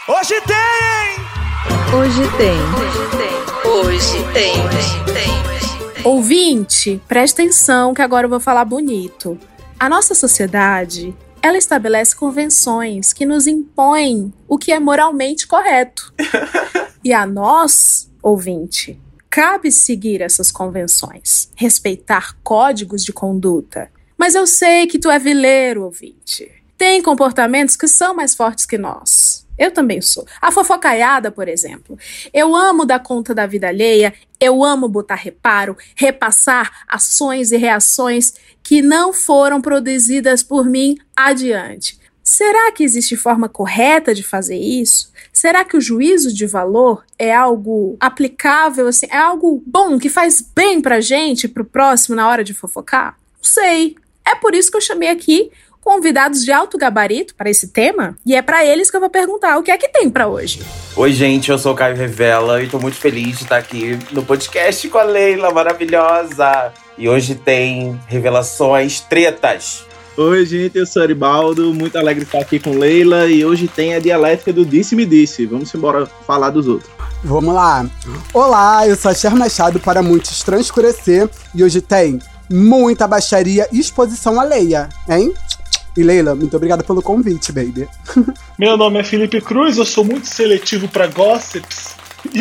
Hoje tem! Hoje tem. Hoje tem. Ouvinte, presta atenção que agora eu vou falar bonito. A nossa sociedade, ela estabelece convenções que nos impõem o que é moralmente correto. E a nós, ouvinte, cabe seguir essas convenções, respeitar códigos de conduta. Mas eu sei que tu é vileiro, ouvinte. Tem comportamentos que são mais fortes que nós. Eu também sou. A fofocaiada, por exemplo. Eu amo dar conta da vida alheia, eu amo botar reparo, repassar ações e reações que não foram produzidas por mim adiante. Será que existe forma correta de fazer isso? Será que o juízo de valor é algo aplicável, assim, é algo bom, que faz bem pra gente, pro próximo, na hora de fofocar? Não sei. É por isso que eu chamei aqui convidados de alto gabarito para esse tema, e é para eles que eu vou perguntar o que é que tem para hoje. Oi, gente, eu sou o Caio Revela e tô muito feliz de estar aqui no podcast com a Leila, maravilhosa. E hoje tem revelações tretas. Oi, gente, eu sou Aribaldo, muito alegre de estar aqui com Leila e hoje tem a dialética do disse-me disse. Vamos embora falar dos outros. Vamos lá. Olá, eu sou a Cher Machado para muitos transcurecer e hoje tem muita baixaria e exposição alheia, hein? E Leila, muito obrigada pelo convite, baby. Meu nome é Felipe Cruz, eu sou muito seletivo pra gossips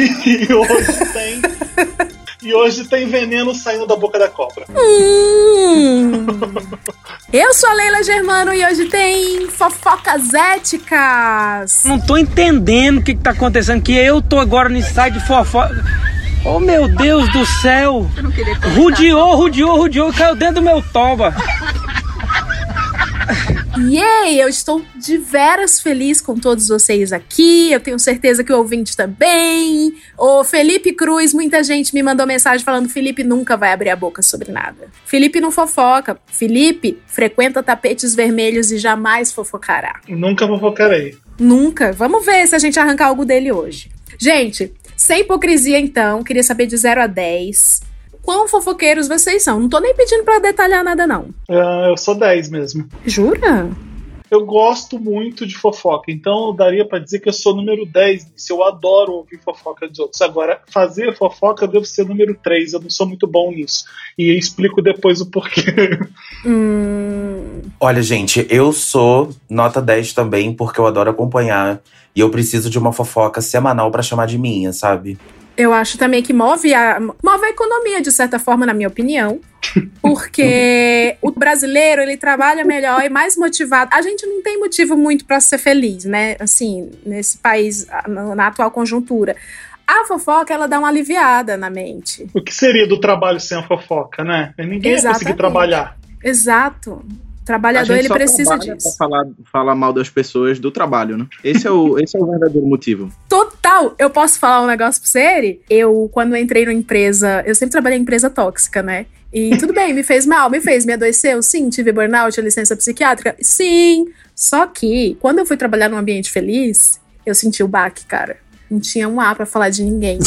e hoje tem veneno saindo da boca da cobra. Eu sou a Leila Germano e hoje tem fofocas éticas. Não tô entendendo o que tá acontecendo, que eu tô agora nesse site de fofoca. Oh, meu Deus do céu! Rudiou, caiu dentro do meu toba. Yay! Eu estou de veras feliz com todos vocês aqui. Eu tenho certeza que o ouvinte também. O Felipe Cruz, muita gente me mandou mensagem falando: Felipe nunca vai abrir a boca sobre nada. Felipe não fofoca. Felipe frequenta tapetes vermelhos e jamais fofocará. Nunca fofocarei. Nunca. Vamos ver se a gente arranca algo dele hoje. Gente, sem hipocrisia então, queria saber de 0 a 10. Quão fofoqueiros vocês são? Não tô nem pedindo pra detalhar nada, não. Eu sou 10 mesmo. Jura? Eu gosto muito de fofoca, então eu daria pra dizer que eu sou número 10. Eu adoro ouvir fofoca dos outros. Agora, fazer fofoca eu devo ser número 3. Eu não sou muito bom nisso. E eu explico depois o porquê. Olha, gente, eu sou nota 10 também, porque eu adoro acompanhar. E eu preciso de uma fofoca semanal pra chamar de minha, sabe? Eu acho também que move a economia, de certa forma, na minha opinião. Porque o brasileiro, ele trabalha melhor e mais motivado. A gente não tem motivo muito pra ser feliz, né? Assim, nesse país, na atual conjuntura. A fofoca, ela dá uma aliviada na mente. O que seria do trabalho sem a fofoca, né? Ninguém ia conseguir trabalhar. Exato. O trabalhador, ele precisa disso. Pra falar mal das pessoas do trabalho, né? Esse é o verdadeiro motivo. Total! Eu posso falar um negócio pra você? Eu, quando entrei numa empresa... Eu sempre trabalhei em empresa tóxica, né? E tudo bem, me fez mal, me adoeceu. Sim, tive burnout, licença psiquiátrica. Sim! Só que, quando eu fui trabalhar num ambiente feliz, eu senti o baque, cara. Não tinha um A pra falar de ninguém.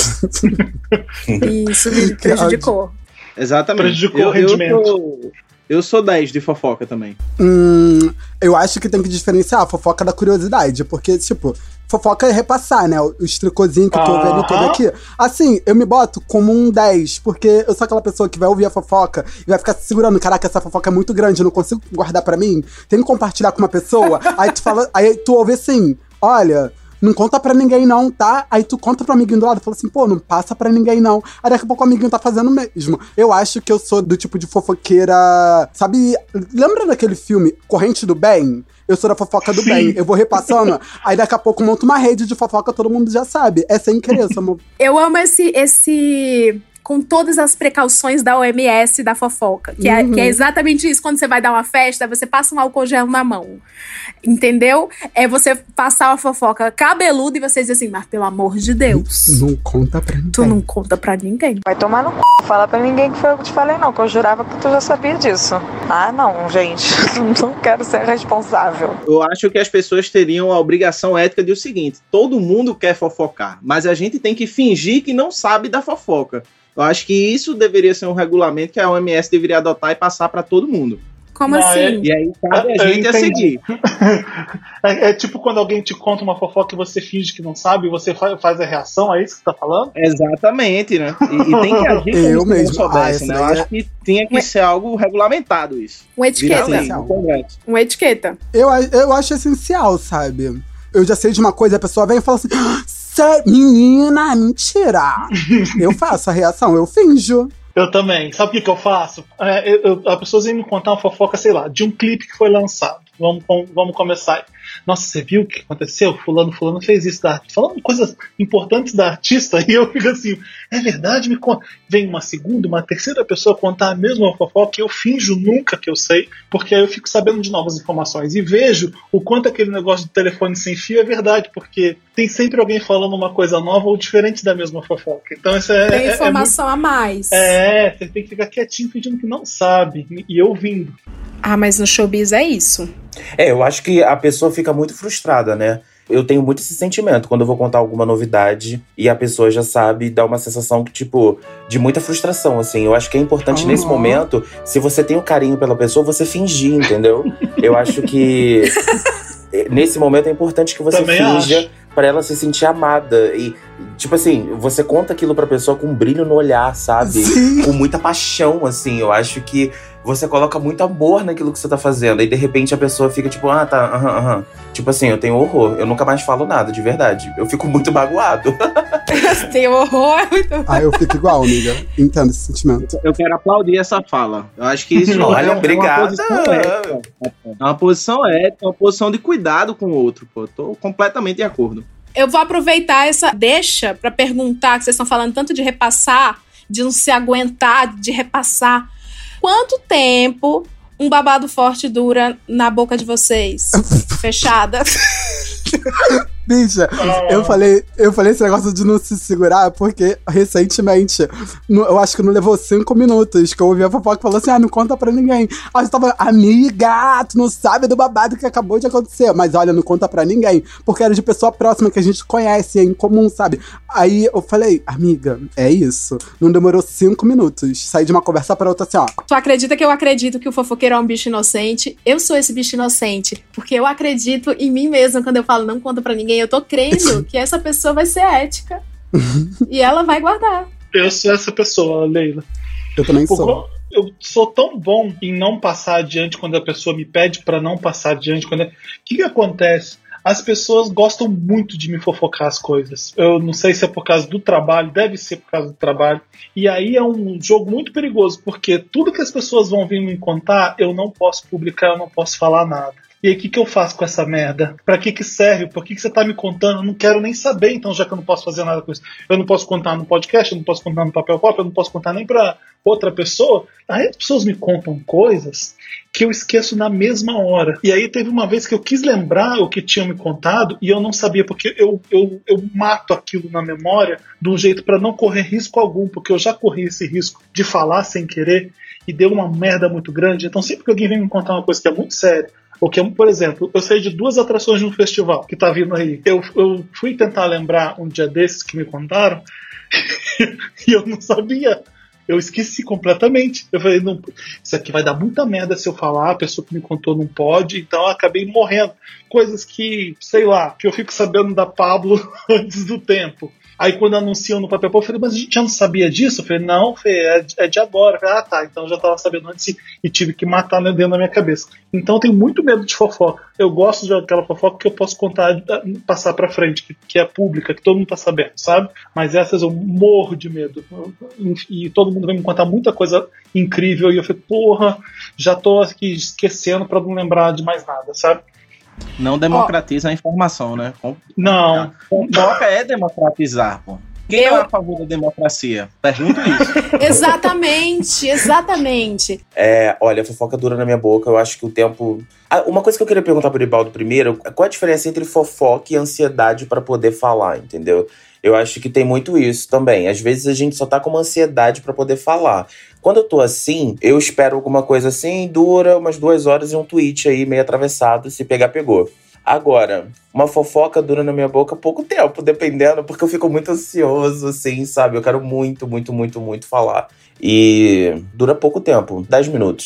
E isso me prejudicou. Exatamente. Prejudicou o rendimento. Eu sou 10 de fofoca também. Eu acho que tem que diferenciar a fofoca da curiosidade, porque, tipo, fofoca é repassar, né? O estricozinho que tu ouve ali todo aqui. Assim, eu me boto como um 10, porque eu sou aquela pessoa que vai ouvir a fofoca e vai ficar se segurando. Caraca, essa fofoca é muito grande, eu não consigo guardar pra mim. Tem que compartilhar com uma pessoa. Aí tu ouve assim, olha... Não conta pra ninguém não, tá? Aí tu conta pro amiguinho do lado e fala assim, pô, não passa pra ninguém não. Aí daqui a pouco o amiguinho tá fazendo mesmo. Eu acho que eu sou do tipo de fofoqueira... Sabe, lembra daquele filme Corrente do Bem? Eu sou da fofoca do bem. Eu vou repassando, aí daqui a pouco monto uma rede de fofoca, todo mundo já sabe. É sem querer, amor. Eu amo esse com todas as precauções da OMS da fofoca. Que é exatamente isso. Quando você vai dar uma festa, você passa um álcool gel na mão. Entendeu? É você passar uma fofoca cabeluda e você diz assim, mas pelo amor de Deus. Não conta pra ninguém. Tu não conta pra ninguém. Vai tomar no c... Fala pra ninguém que foi eu que te falei, não. Que eu jurava que tu já sabia disso. Ah, não, gente. Não quero ser responsável. Eu acho que as pessoas teriam a obrigação ética de o seguinte. Todo mundo quer fofocar, mas a gente tem que fingir que não sabe da fofoca. Eu acho que isso deveria ser um regulamento que a OMS deveria adotar e passar pra todo mundo. Como Não, assim? E aí cabe a gente a seguir. É tipo quando alguém te conta uma fofoca e você finge que não sabe e você faz a reação, é isso que você tá falando? Exatamente, né? E tem que agir como Eu se mesmo. não soubesse, essa né? Eu daí acho que tinha que ser algo regulamentado isso. Uma etiqueta. Virar lei no Congresso. Uma etiqueta. Eu acho essencial, sabe? Eu já sei de uma coisa, a pessoa vem e fala assim: menina, mentira! Eu faço a reação, eu finjo. Eu também. Sabe o que eu faço? A pessoa vem me contar uma fofoca, sei lá, de um clipe que foi lançado. Vamos começar aí. Nossa, você viu o que aconteceu? Fulano fez isso da artista. Falando coisas importantes da artista, e eu fico assim, é verdade? Me conta. Vem uma segunda, uma terceira pessoa contar a mesma fofoca, e eu finjo nunca que eu sei, porque aí eu fico sabendo de novas informações. E vejo o quanto aquele negócio de telefone sem fio é verdade, porque tem sempre alguém falando uma coisa nova ou diferente da mesma fofoca. Então isso Tem informação a mais. você tem que ficar quietinho fingindo que não sabe, e ouvindo. Ah, mas no showbiz é isso. Eu acho que a pessoa fica muito frustrada, né? Eu tenho muito esse sentimento quando eu vou contar alguma novidade e a pessoa já sabe, dá uma sensação que, tipo, de muita frustração, assim. Eu acho que é importante nesse momento, se você tem um carinho pela pessoa, você fingir, entendeu? Eu acho que nesse momento é importante que você Também finja acho. pra ela se sentir amada. E, tipo assim, você conta aquilo pra pessoa com um brilho no olhar, sabe? Sim. Com muita paixão, assim. Eu acho que você coloca muito amor naquilo que você tá fazendo. Aí, de repente, a pessoa fica tipo, tá. Tipo assim, eu tenho horror. Eu nunca mais falo nada, de verdade. Eu fico muito magoado. Tem horror, é muito bom. Eu fico igual, amiga. Entendo esse sentimento. Eu quero aplaudir essa fala. Eu acho que isso Olha, uma obrigado. posição ética. É uma posição ética, uma posição de cuidado com o outro. Pô. Tô completamente de acordo. Eu vou aproveitar essa deixa pra perguntar, que vocês estão falando tanto de repassar, de não se aguentar, de repassar. Quanto tempo um babado forte dura na boca de vocês? Fechada. Bicha, eu falei esse negócio de não se segurar porque recentemente, eu acho que não levou 5 minutos que eu ouvi a fofoca e falou assim, não conta pra ninguém. Aí eu tava, amiga, tu não sabe do babado que acabou de acontecer. Mas olha, não conta pra ninguém, porque era de pessoa próxima que a gente conhece, é em comum, sabe? Aí eu falei, amiga, é isso. Não demorou 5 minutos. Saí de uma conversa pra outra assim, ó. Tu acredita que eu acredito que o fofoqueiro é um bicho inocente? Eu sou esse bicho inocente, porque eu acredito em mim mesma quando eu falo não conta pra ninguém. Eu tô crendo que essa pessoa vai ser ética. E ela vai guardar. Eu sou essa pessoa, Leila. Eu também sou. Eu sou tão bom em não passar adiante quando a pessoa me pede pra não passar adiante. O que acontece? As pessoas gostam muito de me fofocar as coisas. Eu não sei se é por causa do trabalho, deve ser por causa do trabalho. E aí é um jogo muito perigoso, porque tudo que as pessoas vão vir me contar, eu não posso publicar, eu não posso falar nada. E aí, o que eu faço com essa merda? Pra que serve? Por que você tá me contando? Eu não quero nem saber, então, já que eu não posso fazer nada com isso. Eu não posso contar no podcast, eu não posso contar no papel pop, eu não posso contar nem pra outra pessoa. Aí as pessoas me contam coisas que eu esqueço na mesma hora. E aí teve uma vez que eu quis lembrar o que tinham me contado e eu não sabia, porque eu mato aquilo na memória de um jeito pra não correr risco algum, porque eu já corri esse risco de falar sem querer e deu uma merda muito grande. Então, sempre que alguém vem me contar uma coisa que é muito séria, ou que, por exemplo, eu saí de 2 atrações no festival que tá vindo aí. Eu fui tentar lembrar um dia desses que me contaram e eu não sabia. Eu esqueci completamente. Eu falei, não, isso aqui vai dar muita merda se eu falar, a pessoa que me contou não pode, então eu acabei morrendo. Coisas que, sei lá, que eu fico sabendo da Pablo antes do tempo. Aí quando anunciam no papel, eu falei, mas a gente já não sabia disso? Eu falei, não, é de agora. Eu falei, tá, então eu já estava sabendo antes e tive que matar dentro da minha cabeça. Então eu tenho muito medo de fofoca. Eu gosto daquela fofoca que eu posso contar, passar pra frente, que é pública, que todo mundo tá sabendo, sabe? Mas essas eu morro de medo. E todo mundo vem me contar muita coisa incrível e eu falei, porra, já tô aqui esquecendo pra não lembrar de mais nada, sabe? Não democratiza a informação, né? Não. Fofoca é democratizar, pô. Quem é a favor da democracia? Pergunto isso. Exatamente. Olha, a fofoca dura na minha boca. Eu acho que o tempo... Uma coisa que eu queria perguntar pro Eribaldo primeiro, qual a diferença entre fofoca e ansiedade pra poder falar, entendeu? Eu acho que tem muito isso também. Às vezes a gente só tá com uma ansiedade pra poder falar. Quando eu tô assim, eu espero alguma coisa assim, dura umas 2 horas e um tweet aí meio atravessado, se pegar, pegou. Agora, uma fofoca dura na minha boca pouco tempo, dependendo, porque eu fico muito ansioso, assim, sabe? Eu quero muito, muito, muito, muito falar. E dura pouco tempo, 10 minutos.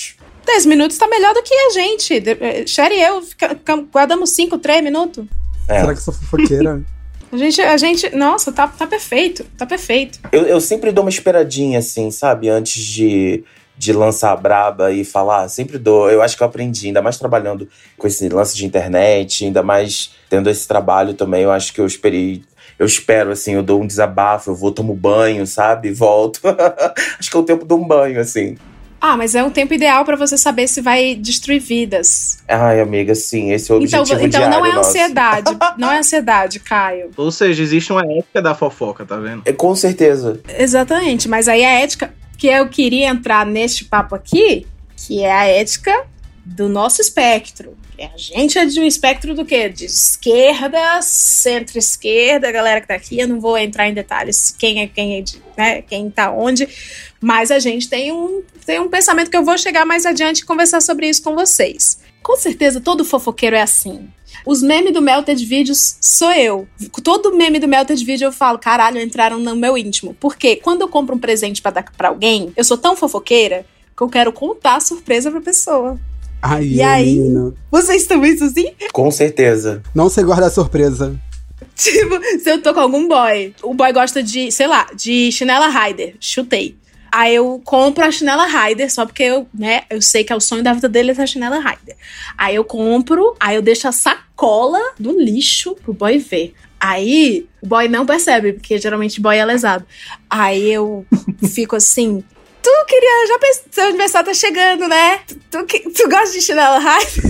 10 minutos tá melhor do que a gente. Cher e eu guardamos 5, 3 minutos. Será que eu sou fofoqueira? A gente, nossa, tá perfeito, tá perfeito. Eu sempre dou uma esperadinha, assim, sabe? Antes de lançar a braba e falar, sempre dou. Eu acho que eu aprendi, ainda mais trabalhando com esse lance de internet, ainda mais tendo esse trabalho também, eu acho que eu espero, assim, eu dou um desabafo, eu vou, tomo banho, sabe? Volto. Acho que é o tempo de um banho, assim. Mas é um tempo ideal pra você saber se vai destruir vidas. Ai, amiga, sim, esse é o objetivo então diário não é nosso. ansiedade, não é ansiedade, Caio. Ou seja, existe uma ética da fofoca, tá vendo? Com certeza. Exatamente, mas aí a ética que eu queria entrar neste papo aqui, que é a ética do nosso espectro. A gente é de um espectro do quê? De esquerda, centro-esquerda, a galera que tá aqui, eu não vou entrar em detalhes quem tá onde, mas a gente tem um pensamento que eu vou chegar mais adiante e conversar sobre isso com vocês. Com certeza todo fofoqueiro é assim. Os memes do Melted Videos sou eu. Todo meme do Melted Video eu falo, caralho, entraram no meu íntimo. Porque quando eu compro um presente pra dar pra alguém, eu sou tão fofoqueira que eu quero contar a surpresa pra pessoa. E aí, vocês também são assim? Com certeza. Não sei guardar surpresa. Tipo, se eu tô com algum boy, o boy gosta de, sei lá, de chinela Raider, chutei. Aí eu compro a chinela Raider, só porque eu sei que é o sonho da vida dele essa chinela Raider. Aí eu compro, aí eu deixo a sacola no lixo pro boy ver. Aí o boy não percebe, porque geralmente boy é lesado. Aí eu fico assim... Tu queria, já pensou, seu aniversário tá chegando, né? Tu gosta de chinela Raider?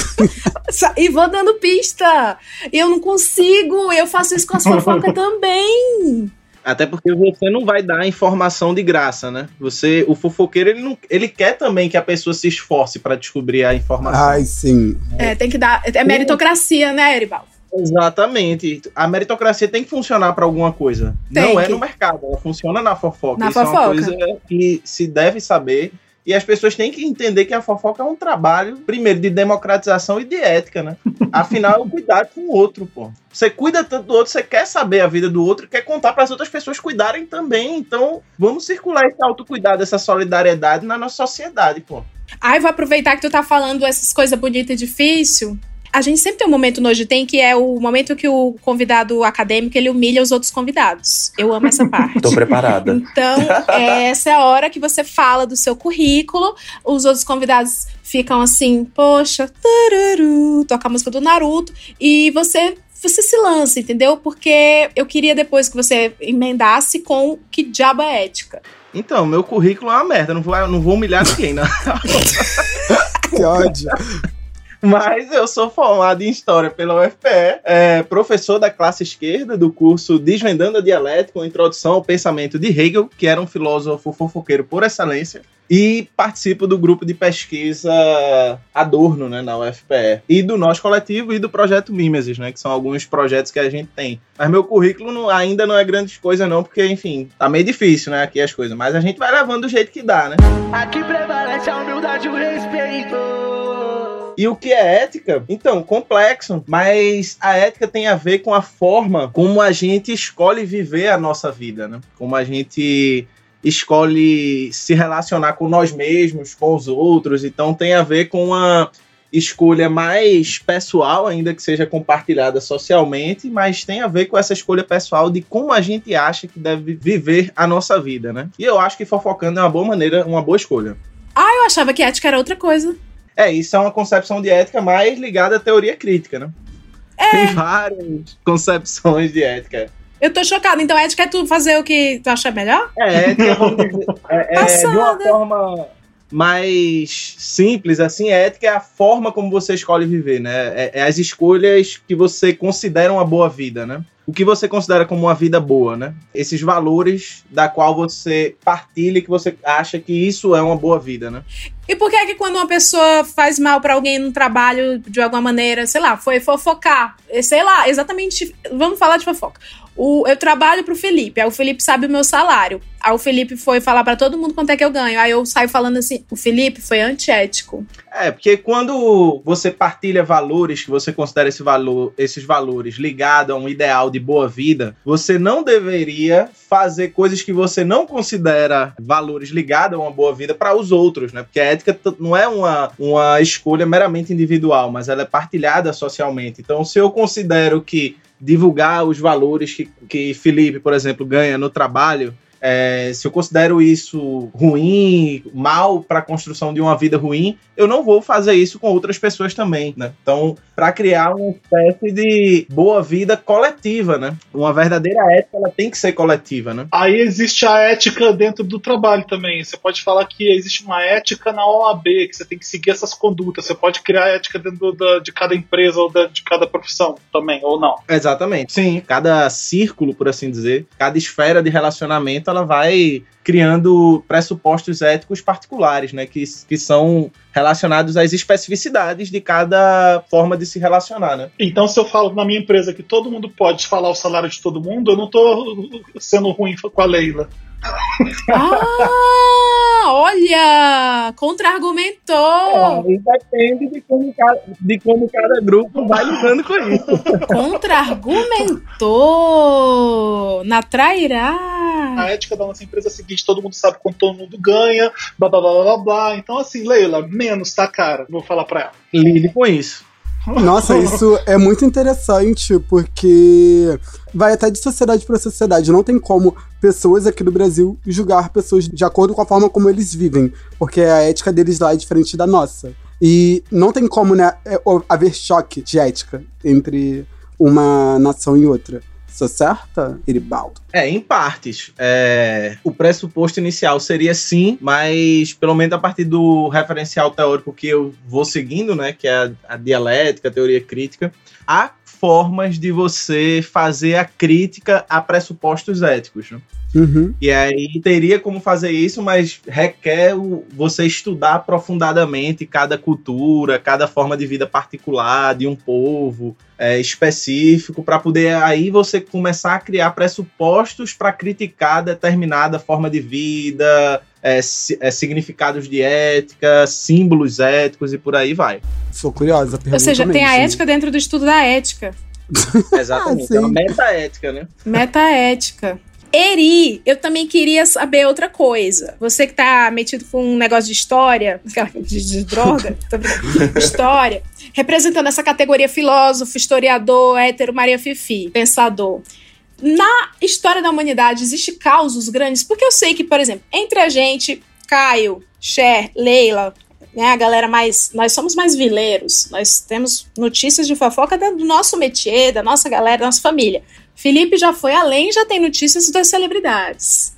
E vou dando pista. Eu não consigo, eu faço isso com as fofocas também. Até porque você não vai dar informação de graça, né? O fofoqueiro, ele quer também que a pessoa se esforce pra descobrir a informação. Ai, sim. Tem que dar, é meritocracia, né, Eribaldo? Exatamente. A meritocracia tem que funcionar pra alguma coisa. Não é no mercado, ela funciona na fofoca. Isso é uma coisa que se deve saber. E as pessoas têm que entender que a fofoca é um trabalho, primeiro, de democratização e de ética, né? Afinal, é o cuidado com o outro, pô. Você cuida tanto do outro, você quer saber a vida do outro e quer contar para as outras pessoas cuidarem também. Então, vamos circular esse autocuidado, essa solidariedade na nossa sociedade, pô. Vou aproveitar que tu tá falando essas coisas bonitas e difíceis. A gente sempre tem um momento no Hoje Tem, que é o momento que o convidado acadêmico, ele humilha os outros convidados. Eu amo essa parte. Tô preparada. Então, essa é a hora que você fala do seu currículo, os outros convidados ficam assim, poxa, taruru, toca a música do Naruto, e você se lança, entendeu? Porque eu queria depois que você emendasse com que diabo é ética. Então, meu currículo é uma merda, não vou humilhar ninguém, não. Que ódio. Mas eu sou formado em História pela UFPE, professor da classe esquerda do curso Desvendando a Dialética, uma introdução ao pensamento de Hegel, que era um filósofo fofoqueiro por excelência, e participo do grupo de pesquisa Adorno, né, na UFPE, e do Nós Coletivo e do Projeto Mimesis, né, que são alguns projetos que a gente tem. Mas meu currículo ainda não é grande coisa não, porque, enfim, tá meio difícil, né, aqui as coisas, mas a gente vai levando do jeito que dá, né. Aqui prevalece a humildade e o respeito. E o que é ética? Então, complexo, mas a ética tem a ver com a forma como a gente escolhe viver a nossa vida, né? Como a gente escolhe se relacionar com nós mesmos, com os outros. Então tem a ver com uma escolha mais pessoal, ainda que seja compartilhada socialmente, mas tem a ver com essa escolha pessoal de como a gente acha que deve viver a nossa vida, né? E eu acho que fofocando é uma boa maneira, uma boa escolha. Eu achava que ética era outra coisa. Isso é uma concepção de ética mais ligada à teoria crítica, né? Tem várias concepções de ética. Eu tô chocada. Então, ética é tu fazer o que tu acha melhor? Ética, vamos dizer, de uma forma mais simples, assim, ética é a forma como você escolhe viver, né? É as escolhas que você considera uma boa vida, né? O que você considera como uma vida boa, né? Esses valores da qual você partilha, que você acha que isso é uma boa vida, né? E por que é que quando uma pessoa faz mal pra alguém no trabalho, de alguma maneira, sei lá, foi fofocar, sei lá, exatamente, vamos falar de fofoca. Eu trabalho pro Felipe, aí o Felipe sabe o meu salário. Aí o Felipe foi falar pra todo mundo quanto é que eu ganho. Aí eu saio falando assim, o Felipe foi antiético. Porque quando você partilha valores, que você considera esses valores ligados a um ideal de boa vida, você não deveria fazer coisas que você não considera valores ligados a uma boa vida para os outros, né? Porque a ética não é uma escolha meramente individual, mas ela é partilhada socialmente. Então, se eu considero que divulgar os valores que Felipe, por exemplo, ganha no trabalho, se eu considero isso ruim, mal para a construção de uma vida ruim, eu não vou fazer isso com outras pessoas também, né? Então, para criar uma espécie de boa vida coletiva, né? Uma verdadeira ética, ela tem que ser coletiva, né? Aí existe a ética dentro do trabalho também. Você pode falar que existe uma ética na OAB, que você tem que seguir essas condutas. Você pode criar ética dentro de cada empresa ou de cada profissão também, ou não? Exatamente. Sim, cada círculo, por assim dizer, cada esfera de relacionamento, ela vai criando pressupostos éticos particulares, né, que são relacionados às especificidades de cada forma de se relacionar, né? Então, se eu falo na minha empresa que todo mundo pode falar o salário de todo mundo, eu não tô sendo ruim com a Leila. Olha! Contra-argumentou! Depende de como cada grupo vai lidando com isso. Contra-argumentou! Na trairá! A ética da nossa empresa é a seguinte: todo mundo sabe quanto todo mundo ganha, blá blá blá blá blá. Então, assim, Leila, menos, tá, cara? Vou falar pra ela. Lide com isso. Nossa, isso é muito interessante, porque vai até de sociedade para sociedade. Não tem como pessoas aqui do Brasil julgar pessoas de acordo com a forma como eles vivem, porque a ética deles lá é diferente da nossa. E não tem como, né, haver choque de ética entre uma nação e outra. Sou certa, Eribaldo? Em partes. O pressuposto inicial seria sim, mas pelo menos a partir do referencial teórico que eu vou seguindo, né, que é a dialética, a teoria crítica, há formas de você fazer a crítica a pressupostos éticos, né? Uhum. E aí teria como fazer isso, mas requer você estudar aprofundadamente cada cultura, cada forma de vida particular de um povo específico, para poder aí você começar a criar pressupostos para criticar determinada forma de vida, significados de ética, símbolos éticos e por aí vai. Sou curiosa. Ou seja, tem a ética dentro do estudo da ética. Exatamente, é uma metaética, né? Metaética. Eri, eu também queria saber outra coisa. Você que tá metido com um negócio de história, de droga, história, representando essa categoria filósofo, historiador, hétero, Maria Fifi, pensador. Na história da humanidade, existem causos grandes? Porque eu sei que, por exemplo, entre a gente, Caio, Cher, Leila, né, a galera mais... Nós somos mais vileiros. Nós temos notícias de fofoca do nosso métier, da nossa galera, da nossa família. Felipe já foi além, já tem notícias das celebridades.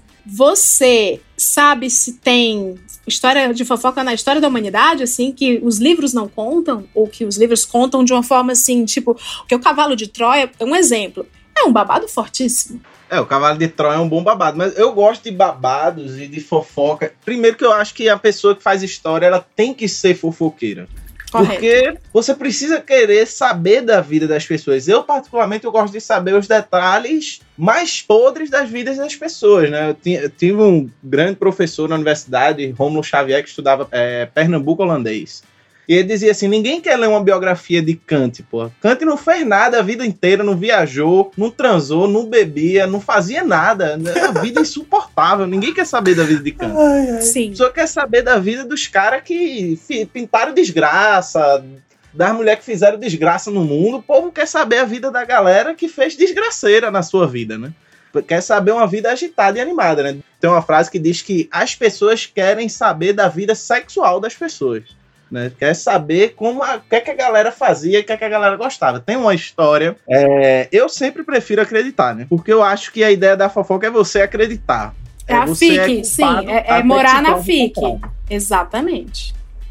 Você sabe se tem história de fofoca na história da humanidade, assim, que os livros não contam? Ou que os livros contam de uma forma, assim, tipo... Porque o Cavalo de Troia é um exemplo. É um babado fortíssimo. O Cavalo de Troia é um bom babado, mas eu gosto de babados e de fofoca. Primeiro que eu acho que a pessoa que faz história, ela tem que ser fofoqueira. Correto. Porque você precisa querer saber da vida das pessoas. Eu, particularmente, eu gosto de saber os detalhes mais podres das vidas das pessoas, né? Eu tive um grande professor na universidade, Rômulo Xavier, que estudava Pernambuco holandês. E ele dizia assim, ninguém quer ler uma biografia de Kant, pô. Kant não fez nada a vida inteira, não viajou, não transou, não bebia, não fazia nada. A vida é insuportável, ninguém quer saber da vida de Kant. Sim. A pessoa quer saber da vida dos caras que pintaram desgraça, das mulheres que fizeram desgraça no mundo. O povo quer saber a vida da galera que fez desgraceira na sua vida, né? Quer saber uma vida agitada e animada, né? Tem uma frase que diz que as pessoas querem saber da vida sexual das pessoas. Né? Quer saber o que é que a galera fazia, o que é que a galera gostava. Tem uma história, eu sempre prefiro acreditar, né? Porque eu acho que a ideia da fofoca é você acreditar. É a FIC, sim, é morar na FIC. Exatamente.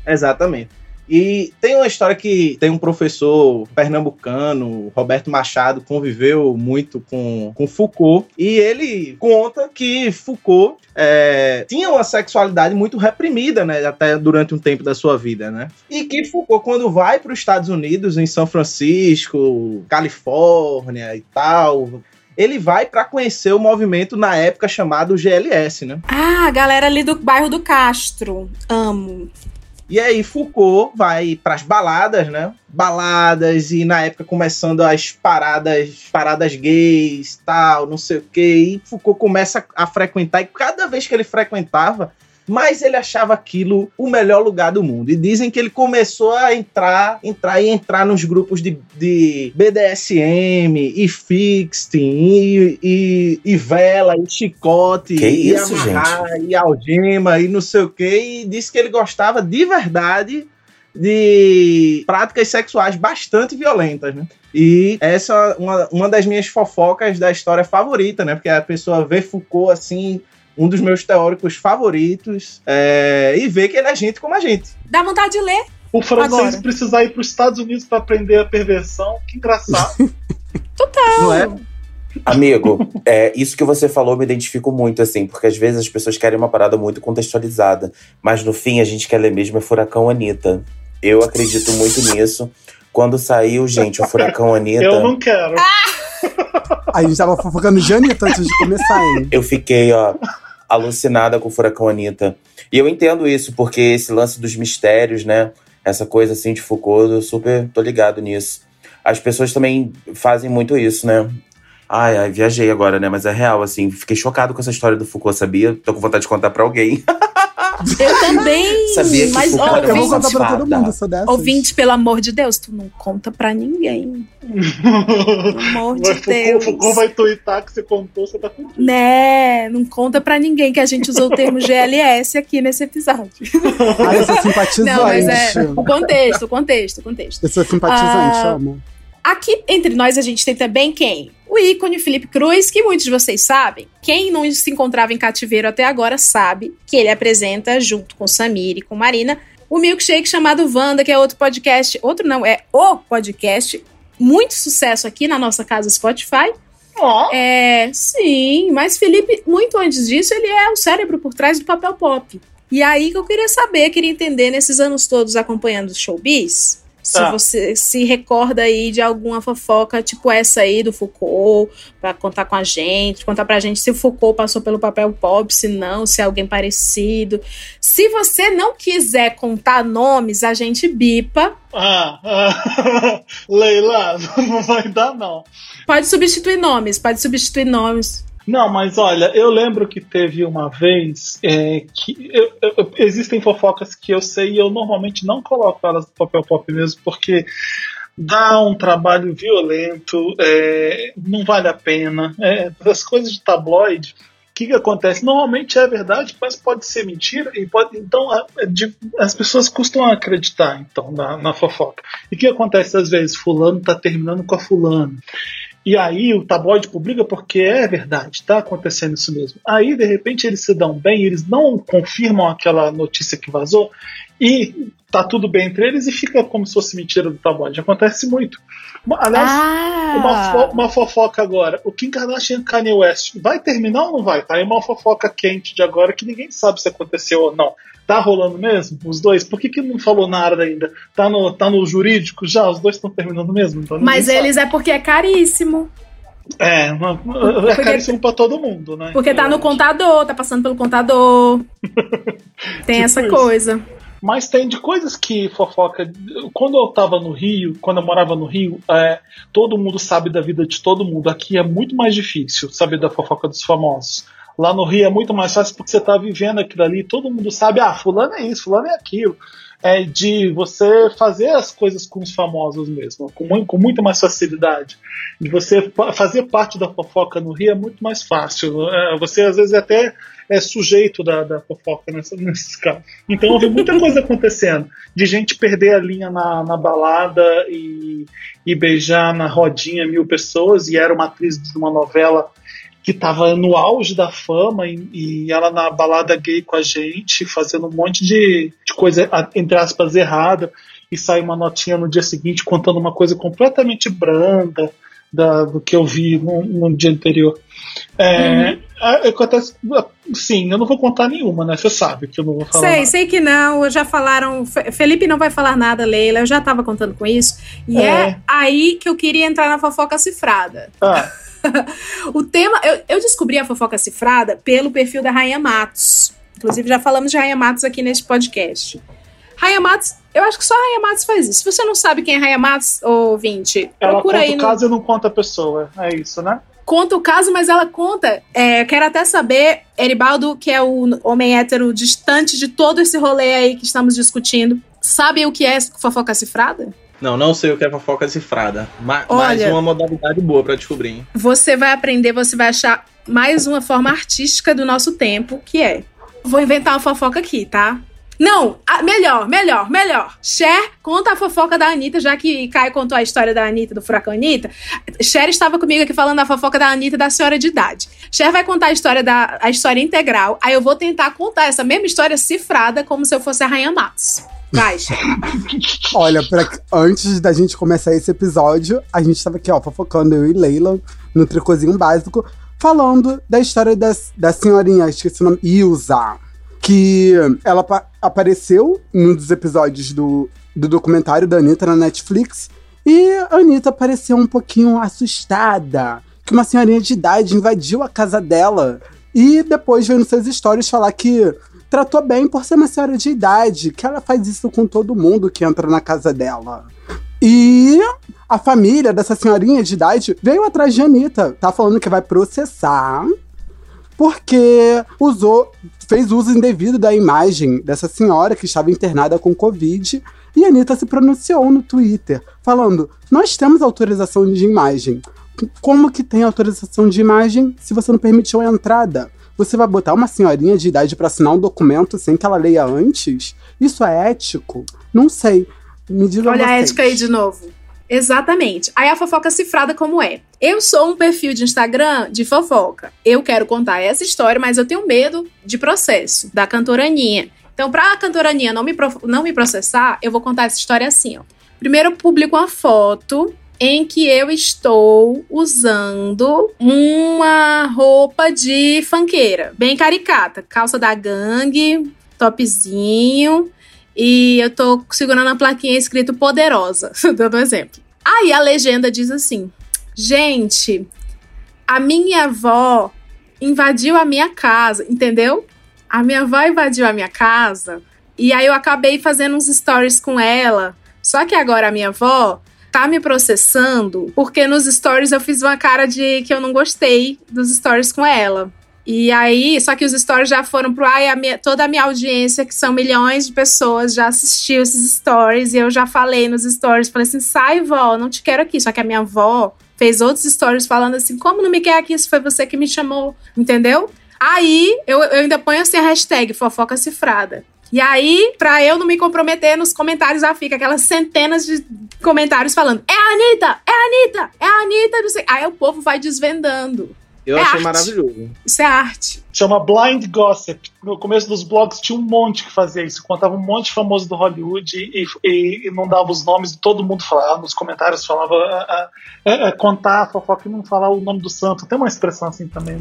E tem uma história que tem um professor pernambucano, Roberto Machado, conviveu muito com Foucault, e ele conta que Foucault tinha uma sexualidade muito reprimida, né, até durante um tempo da sua vida, né? E que Foucault, quando vai para os Estados Unidos, em São Francisco, Califórnia e tal, ele vai para conhecer o movimento na época chamado GLS, né? Ah, a galera ali do bairro do Castro. Amo. E aí Foucault vai pras baladas, né? Baladas, e na época começando as paradas gays, tal, não sei o quê. E Foucault começa a frequentar, e cada vez que ele frequentava, mas ele achava aquilo o melhor lugar do mundo. E dizem que ele começou a entrar nos grupos de BDSM, e fisting, e vela, e chicote, que isso, e amarrar, gente? e algema, e não sei o quê. E disse que ele gostava de verdade de práticas sexuais bastante violentas, né? E essa é uma das minhas fofocas da história favorita, né? Porque a pessoa vê Foucault, assim, um dos meus teóricos favoritos, e vê que ele é gente como a gente. Dá vontade de ler. O francês Agora. precisar ir para os Estados Unidos para aprender a perversão, que engraçado. Total. Não é? Amigo, isso que você falou eu me identifico muito, assim, porque às vezes as pessoas querem uma parada muito contextualizada, mas no fim a gente quer ler mesmo Furacão Anitta. Eu acredito muito nisso. Quando saiu, gente, o Furacão Anitta... Eu não quero. A gente tava fofocando de Anitta antes de começar, hein? Eu fiquei, alucinada com o Furacão Anitta. E eu entendo isso, porque esse lance dos mistérios, né? Essa coisa, assim, de Foucault, eu super tô ligado nisso. As pessoas também fazem muito isso, né? Ai, viajei agora, né? Mas é real, assim. Fiquei chocado com essa história do Foucault, sabia? Tô com vontade de contar pra alguém. Eu também. Sabia que mas, Foucault era Eu vou uma contar pra todo fada. mundo, sou dessas. Ouvinte, pelo amor de Deus, tu não conta pra ninguém. Pelo amor de Deus. Foucault vai tuitar que você contou, você tá com tudo. Né? Não conta pra ninguém que a gente usou o termo GLS aqui nesse episódio. Ai, eu sou simpatizante. Não, mas o contexto. Eu sou simpatizante, amo. Aqui entre nós a gente tem também quem? O ícone Felipe Cruz, que muitos de vocês sabem. Quem não se encontrava em cativeiro até agora sabe que ele apresenta, junto com Samir e com Marina, o milkshake chamado Wanda, que é outro podcast. Outro não, é o podcast. Muito sucesso aqui na nossa casa Spotify. Ó. Sim, mas Felipe, muito antes disso, ele é o cérebro por trás do Papel Pop. E aí que eu queria saber, queria entender, nesses anos todos acompanhando o Showbiz, se você se recorda aí de alguma fofoca, tipo essa aí do Foucault, pra contar com a gente, contar pra gente se o Foucault passou pelo Papel Pop, se não, se é alguém parecido. Se você não quiser contar nomes, a gente bipa. Leila, não vai dar, não. Pode substituir nomes. Não, mas olha, eu lembro que teve uma vez que existem fofocas que eu sei e eu normalmente não coloco elas no Papel Pop mesmo, porque dá um trabalho violento, não vale a pena. As coisas de tabloide, o que acontece? Normalmente é verdade, mas pode ser mentira, então as pessoas costumam acreditar então, na fofoca. E o que acontece às vezes? Fulano tá terminando com a fulana. E aí o tabloide publica porque é verdade, tá acontecendo isso mesmo. Aí, de repente, eles se dão bem, eles não confirmam aquela notícia que vazou e tá tudo bem entre eles e fica como se fosse mentira do tabloide. Acontece muito. Aliás, uma fofoca agora. O Kim Kardashian e Kanye West vai terminar ou não vai? Tá aí uma fofoca quente de agora que ninguém sabe se aconteceu ou não. Tá rolando mesmo? Os dois? Por que não falou nada ainda? Tá no jurídico já? Os dois estão terminando mesmo? Então mas eles sabe. É porque é caríssimo. É caríssimo pra todo mundo, né? Porque tá no contador, tá passando pelo contador. Tem tipo essa coisa. Mas tem de coisas que fofoca. Quando eu tava no Rio, quando eu morava no Rio, todo mundo sabe da vida de todo mundo. Aqui é muito mais difícil saber da fofoca dos famosos. Lá no Rio é muito mais fácil porque você tá vivendo aquilo ali, todo mundo sabe, fulano é isso, fulano é aquilo. É de você fazer as coisas com os famosos mesmo, com muito mais facilidade. De você fazer parte da fofoca no Rio é muito mais fácil. Você às vezes até é sujeito da fofoca nesses casos. Então houve muita coisa acontecendo. De gente perder a linha na balada e beijar na rodinha 1000 pessoas, e era uma atriz de uma novela que estava no auge da fama e ela na balada gay com a gente, fazendo um monte de coisa, entre aspas, errada, e sai uma notinha no dia seguinte contando uma coisa completamente branda do que eu vi no dia anterior. Acontece, sim, eu não vou contar nenhuma, né? Você sabe que eu não vou falar. Sei que não, já falaram. Felipe não vai falar nada, Leila, eu já estava contando com isso. E é aí que eu queria entrar na fofoca cifrada. O tema, eu descobri a fofoca cifrada pelo perfil da Rainha Matos. Inclusive, já falamos de Rainha Matos aqui neste podcast. Rainha Matos, eu acho que só a Rainha Matos faz isso. Se você não sabe quem é Rainha Matos, ouvinte, ela procura conta aí. O caso e não conta a pessoa, é isso, né? conta o caso, mas ela conta. Quero até saber, Eribaldo, que é o homem hétero distante de todo esse rolê aí que estamos discutindo, sabe o que é fofoca cifrada? Não sei o que é fofoca cifrada. Mais Olha, uma modalidade boa pra descobrir, hein? Você vai aprender, você vai achar mais uma forma artística do nosso tempo, que é... Vou inventar uma fofoca aqui, tá? Não, melhor. Cher conta a fofoca da Anitta, já que Caio contou a história da Anitta, do furacão Anitta. Cher estava comigo aqui falando da fofoca da Anitta, da senhora de idade. Cher vai contar a história integral, aí eu vou tentar contar essa mesma história cifrada como se eu fosse a Rainha Matos. Vai, Cher. Olha, antes da gente começar esse episódio, a gente tava aqui, fofocando, eu e Leila, no Tricôzinho Básico, falando da história da senhorinha, esqueci o nome, Ilza. Que ela apareceu num dos episódios do documentário da Anitta na Netflix. E a Anitta pareceu um pouquinho assustada, que uma senhorinha de idade invadiu a casa dela. E depois veio nos seus stories falar que tratou bem por ser uma senhora de idade, que ela faz isso com todo mundo que entra na casa dela. E a família dessa senhorinha de idade veio atrás de Anitta. Tá falando que vai processar porque fez uso indevido da imagem dessa senhora que estava internada com Covid. E a Anitta se pronunciou no Twitter, falando: nós temos autorização de imagem. Como que tem autorização de imagem se você não permitiu a entrada? Você vai botar uma senhorinha de idade para assinar um documento sem que ela leia antes? Isso é ético? Não sei. Me digam Olha vocês. a ética aí de novo. Exatamente. Aí a fofoca cifrada como é? Eu sou um perfil de Instagram de fofoca. Eu quero contar essa história, mas eu tenho medo de processo da cantora Aninha. Então, pra cantora Aninha não me processar, eu vou contar essa história assim, ó. Primeiro eu publico uma foto em que eu estou usando uma roupa de funkeira, bem caricata. Calça da gangue, topzinho... E eu tô segurando a plaquinha escrito Poderosa, dando um exemplo. Aí a legenda diz assim: gente, a minha avó invadiu a minha casa, entendeu? A minha avó invadiu a minha casa e aí eu acabei fazendo uns stories com ela. Só que agora a minha avó tá me processando porque nos stories eu fiz uma cara de que eu não gostei dos stories com ela. E aí, só que os stories já foram pro ar e toda a minha audiência, que são milhões de pessoas, já assistiu esses stories. E eu já falei nos stories, falei assim, sai, vó, não te quero aqui. Só que a minha avó fez outros stories falando assim, como não me quer aqui, se foi você que me chamou, entendeu? Aí, eu ainda ponho assim a hashtag fofoca cifrada. E aí, pra eu não me comprometer, nos comentários já fica aquelas centenas de comentários falando, é a Anitta, não sei. Aí o povo vai desvendando. Eu achei arte. Maravilhoso. Isso é arte. Chama Blind Gossip. No começo dos blogs tinha um monte que fazia isso. Contava um monte de famoso do Hollywood e não dava os nomes. Todo mundo falava, nos comentários falava contar a fofoca e não falar o nome do santo. Tem uma expressão assim também.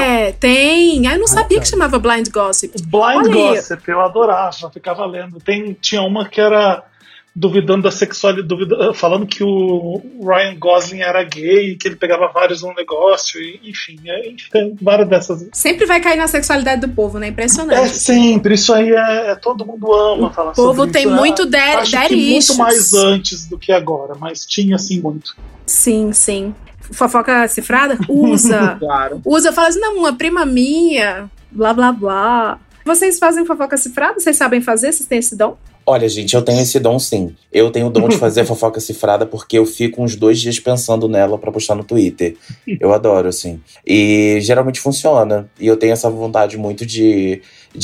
Tem. Eu não sabia que chamava Blind Gossip. Blind Gossip, eu adorava, ficava lendo. Tinha uma que era duvidando da sexualidade, falando que o Ryan Gosling era gay, que ele pegava vários no negócio, enfim, tem várias dessas. Sempre vai cair na sexualidade do povo, né? Impressionante. É sempre, isso aí todo mundo ama falar sobre isso. O povo tem muito acho que muito mais antes do que agora, mas tinha assim muito. Sim. Fofoca cifrada? Usa. Claro. Usa, fala assim, não, uma prima minha, blá, blá, blá. Vocês fazem fofoca cifrada? Vocês sabem fazer? Vocês têm esse dom? Olha, gente, eu tenho esse dom sim. Eu tenho o dom de fazer fofoca cifrada porque eu fico uns 2 dias pensando nela pra postar no Twitter. Eu adoro, assim. E geralmente funciona. E eu tenho essa vontade muito de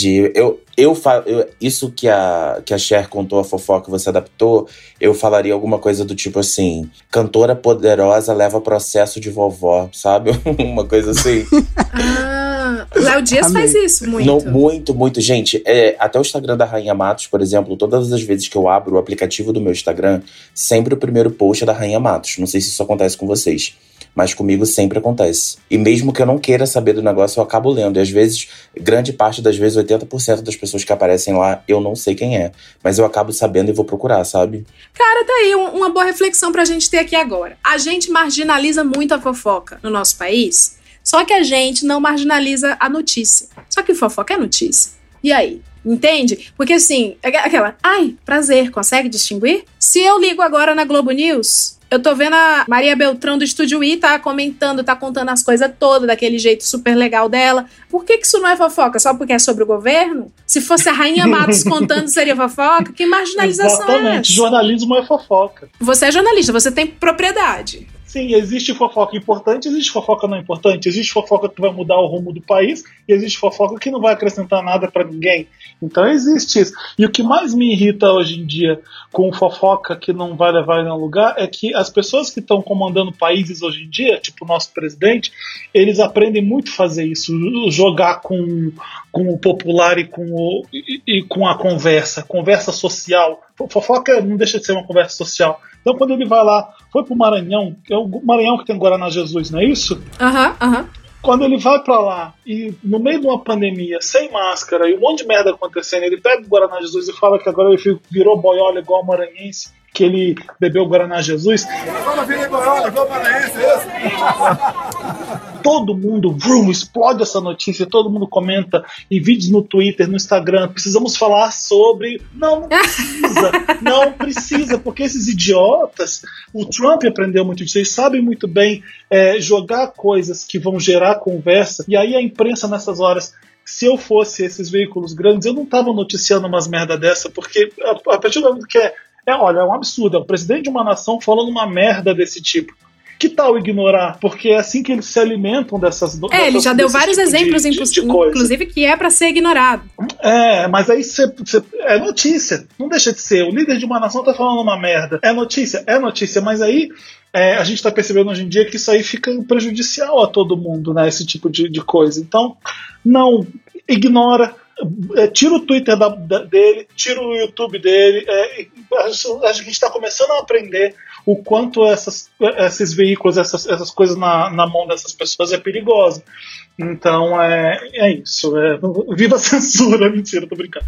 isso que a Cher contou, a fofoca que você adaptou, eu falaria alguma coisa do tipo assim, cantora poderosa leva processo de vovó, sabe? Uma coisa assim. Léo Dias faz isso muito. Muito. Gente, até o Instagram da Rainha Matos, por exemplo, todas as vezes que eu abro o aplicativo do meu Instagram, sempre o primeiro post é da Rainha Matos. Não sei se isso acontece com vocês, mas comigo sempre acontece. E mesmo que eu não queira saber do negócio, eu acabo lendo. E às vezes, grande parte das vezes, 80% das pessoas que aparecem lá, eu não sei quem é. Mas eu acabo sabendo e vou procurar, sabe? Cara, tá aí uma boa reflexão pra gente ter aqui agora. A gente marginaliza muito a fofoca no nosso país, só que a gente não marginaliza a notícia. Só que fofoca é notícia. E aí? Entende? Porque assim, aquela, prazer, consegue distinguir? Se eu ligo agora na Globo News, Eu tô vendo a Maria Beltrão do Estúdio I, tá comentando, tá contando as coisas todas daquele jeito super legal dela. Por que isso não é fofoca? Só porque é sobre o governo? Se fosse a Rainha Matos contando, seria fofoca? Que marginalização Exatamente. é essa? Jornalismo é fofoca. Você é jornalista, você tem propriedade. Sim, existe fofoca importante, existe fofoca não importante, existe fofoca que vai mudar o rumo do país e existe fofoca que não vai acrescentar nada pra ninguém. Então existe isso. E o que mais me irrita hoje em dia com fofoca que não vai levar em nenhum lugar é que as pessoas que estão comandando países hoje em dia, tipo o nosso presidente, eles aprendem muito a fazer isso, jogar com o popular e com a conversa social. Fofoca não deixa de ser uma conversa social. Então quando ele vai lá, foi pro Maranhão, é o Maranhão que tem Guaraná Jesus, não é isso? Aham. Quando ele vai pra lá e no meio de uma pandemia, sem máscara e um monte de merda acontecendo, ele pega o Guaraná Jesus e fala que agora ele virou boiola igual o maranhense, que ele bebeu o Guaraná Jesus. Agora virei boiola igual o maranhense, é isso? Todo mundo explode essa notícia, todo mundo comenta em vídeos no Twitter, no Instagram. Precisamos falar sobre. Não precisa, não precisa, porque esses idiotas, o Trump aprendeu muito disso, eles sabem muito bem jogar coisas que vão gerar conversa, e aí a imprensa nessas horas. Se eu fosse esses veículos grandes, eu não tava noticiando umas merda dessa, porque a partir do momento que olha, é um absurdo, é o presidente de uma nação falando uma merda desse tipo. Que tal ignorar? Porque é assim que eles se alimentam dessas... ele já deu vários exemplos, inclusive, que é pra ser ignorado. Mas aí é notícia, não deixa de ser. O líder de uma nação tá falando uma merda. É notícia, mas aí a gente tá percebendo hoje em dia que isso aí fica prejudicial a todo mundo, né? Esse tipo de coisa. Então, não, ignora. Tira o Twitter dele, tira o YouTube dele. A gente está começando a aprender o quanto esses veículos, essas coisas na mão dessas pessoas é perigosa. Então é isso. Viva a censura! Mentira, tô brincando.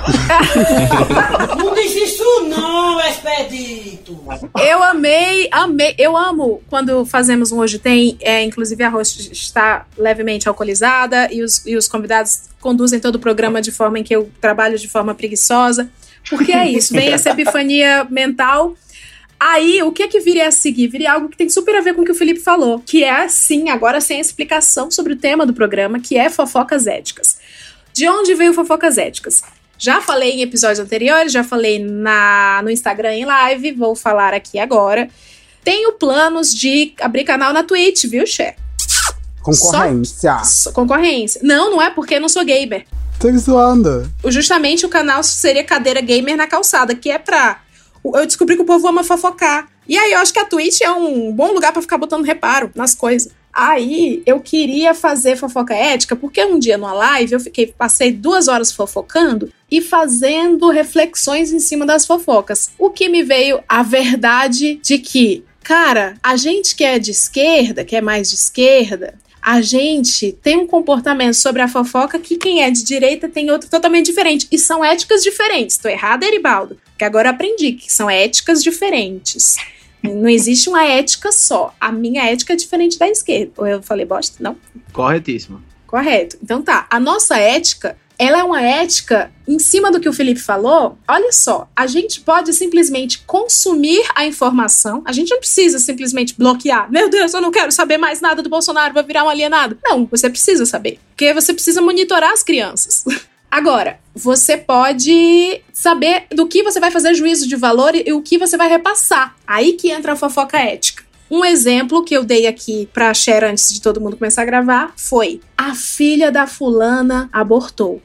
Não diz isso não, Expedito! Eu amei. Eu amo quando fazemos um Hoje Tem. Inclusive a host está levemente alcoolizada e os convidados conduzem todo o programa de forma em que eu trabalho de forma preguiçosa. Porque é isso, vem essa epifania mental. Aí, o que viria a seguir? Viria algo que tem super a ver com o que o Felipe falou, que é, sim, agora sem a explicação sobre o tema do programa, que é fofocas éticas. De onde veio fofocas éticas? Já falei em episódios anteriores, já falei no Instagram em live, vou falar aqui agora. Tenho planos de abrir canal na Twitch, viu, Cher? Concorrência. Concorrência. Não é porque eu não sou gamer. Tô zoando. Justamente o canal seria Cadeira Gamer na Calçada, que é pra... Eu descobri que o povo ama fofocar. E aí eu acho que a Twitch é um bom lugar pra ficar botando reparo nas coisas. Aí eu queria fazer fofoca ética, porque um dia numa live passei 2 horas fofocando e fazendo reflexões em cima das fofocas. O que me veio a verdade de que, cara, a gente que é de esquerda, que é mais de esquerda, a gente tem um comportamento sobre a fofoca que quem é de direita tem outro totalmente diferente. E são éticas diferentes. Tô errada, Eribaldo? Que agora eu aprendi que são éticas diferentes. Não existe uma ética só. A minha ética é diferente da esquerda. Ou eu falei bosta? Não? Corretíssimo. Correto. Então tá. A nossa ética, ela é uma ética em cima do que o Felipe falou. Olha só, a gente pode simplesmente consumir a informação. A gente não precisa simplesmente bloquear. Meu Deus, eu não quero saber mais nada do Bolsonaro, vou virar um alienado. Não, você precisa saber. Porque você precisa monitorar as crianças. Agora, você pode saber do que você vai fazer juízo de valor e o que você vai repassar. Aí que entra a fofoca ética. Um exemplo que eu dei aqui pra Cher antes de todo mundo começar a gravar foi: a filha da fulana abortou.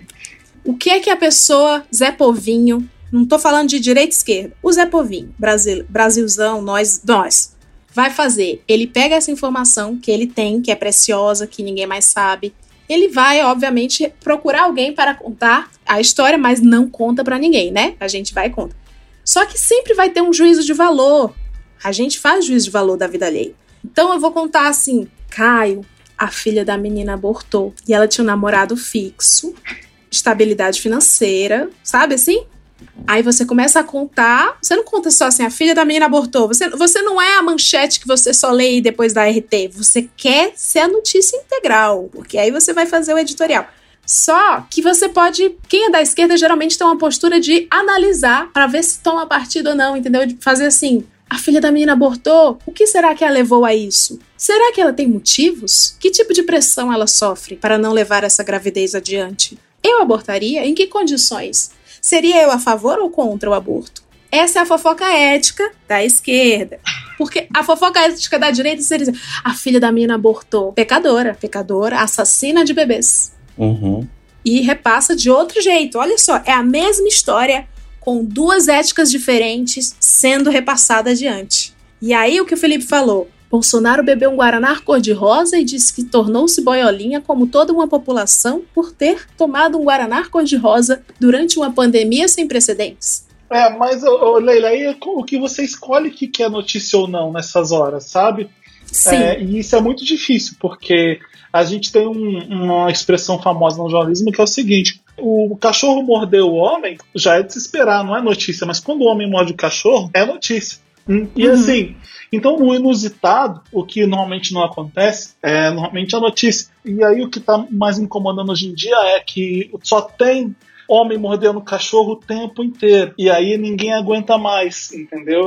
O que é que a pessoa, Zé Povinho, não tô falando de direita e esquerda, o Zé Povinho, Brasilzão, nós, vai fazer? Ele pega essa informação que ele tem, que é preciosa, que ninguém mais sabe. Ele vai, obviamente, procurar alguém para contar a história, mas não conta pra ninguém, né? A gente vai e conta. Só que sempre vai ter um juízo de valor. A gente faz juízo de valor da vida alheia. Então eu vou contar assim: Caio, a filha da menina abortou. E ela tinha um namorado fixo, estabilidade financeira, sabe assim? Aí você começa a contar, você não conta só assim, a filha da menina abortou. Você não é a manchete que você só lê e depois dá RT. Você quer ser a notícia integral, porque aí você vai fazer o editorial. Só que você pode... Quem é da esquerda geralmente tem uma postura de analisar pra ver se toma partido ou não, entendeu? De fazer assim... A filha da menina abortou? O que será que a levou a isso? Será que ela tem motivos? Que tipo de pressão ela sofre para não levar essa gravidez adiante? Eu abortaria? Em que condições? Seria eu a favor ou contra o aborto? Essa é a fofoca ética da esquerda. Porque a fofoca ética da direita seria a filha da menina abortou. Pecadora, assassina de bebês. Uhum. E repassa de outro jeito. Olha só, é a mesma história com duas éticas diferentes sendo repassada adiante. E aí o que o Felipe falou? Bolsonaro bebeu um guaraná cor-de-rosa e disse que tornou-se boiolinha como toda uma população por ter tomado um guaraná cor-de-rosa durante uma pandemia sem precedentes. Mas, Leila, aí o que você escolhe que é notícia ou não nessas horas, sabe? Sim. E isso é muito difícil, porque a gente tem uma expressão famosa no jornalismo que é o seguinte: o cachorro mordeu o homem, já é de se esperar, não é notícia, mas quando o homem morde o cachorro, é notícia. E assim, então o inusitado, o que normalmente não acontece, é normalmente a notícia. E aí o que está mais incomodando hoje em dia é que só tem homem mordendo cachorro o tempo inteiro. E aí ninguém aguenta mais, entendeu?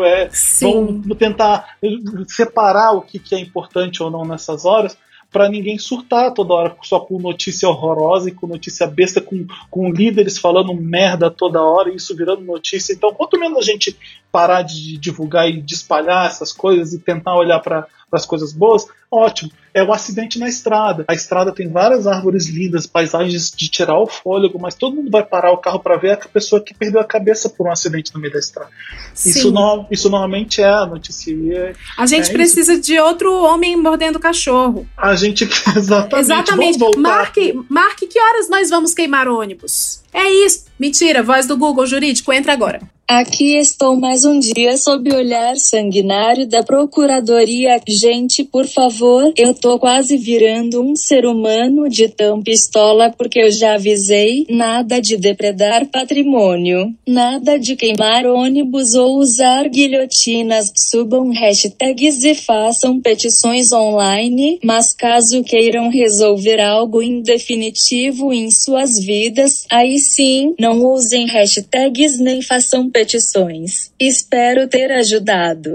Vamos tentar separar o que é importante ou não nessas horas, para ninguém surtar toda hora só com notícia horrorosa e com notícia besta, com líderes falando merda toda hora e isso virando notícia. Então, quanto menos a gente parar de divulgar e de espalhar essas coisas e tentar olhar para as coisas boas, ótimo. É o acidente na estrada. A estrada tem várias árvores lindas, paisagens de tirar o fôlego, mas todo mundo vai parar o carro para ver a pessoa que perdeu a cabeça por um acidente no meio da estrada. Isso normalmente é a notícia. A gente precisa de outro homem mordendo cachorro. A gente... Exatamente. Mark, que horas nós vamos queimar ônibus? É isso. Mentira, voz do Google Jurídico, entra agora. Aqui estou mais um dia sob o olhar sanguinário da Procuradoria. Gente, por favor, eu tô quase virando um ser humano de tão pistola porque eu já avisei, nada de depredar patrimônio, nada de queimar ônibus ou usar guilhotinas. Subam hashtags e façam petições online, mas caso queiram resolver algo em definitivo em suas vidas, aí sim, não usem hashtags nem façam petições. Espero ter ajudado.